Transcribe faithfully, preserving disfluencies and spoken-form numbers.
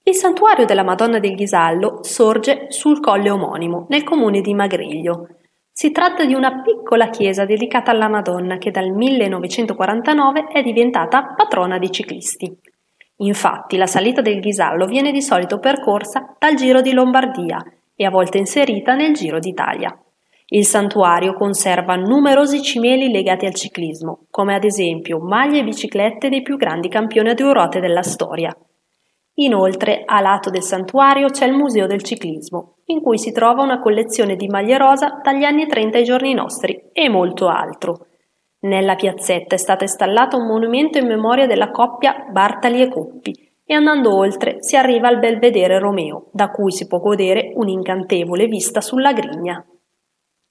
Il santuario della Madonna del Ghisallo sorge sul colle omonimo, nel comune di Magriglio. Si tratta di una piccola chiesa dedicata alla Madonna che dal millenovecentoquarantanove è diventata patrona dei ciclisti. Infatti la salita del Ghisallo viene di solito percorsa dal Giro di Lombardia e a volte inserita nel Giro d'Italia. Il santuario conserva numerosi cimeli legati al ciclismo, come ad esempio maglie e biciclette dei più grandi campioni a due ruote della storia. Inoltre, a lato del santuario c'è il Museo del Ciclismo, in cui si trova una collezione di maglie rosa dagli anni trenta ai giorni nostri e molto altro. Nella piazzetta è stato installato un monumento in memoria della coppia Bartali e Coppi e andando oltre si arriva al Belvedere Romeo, da cui si può godere un'incantevole vista sulla Grigna.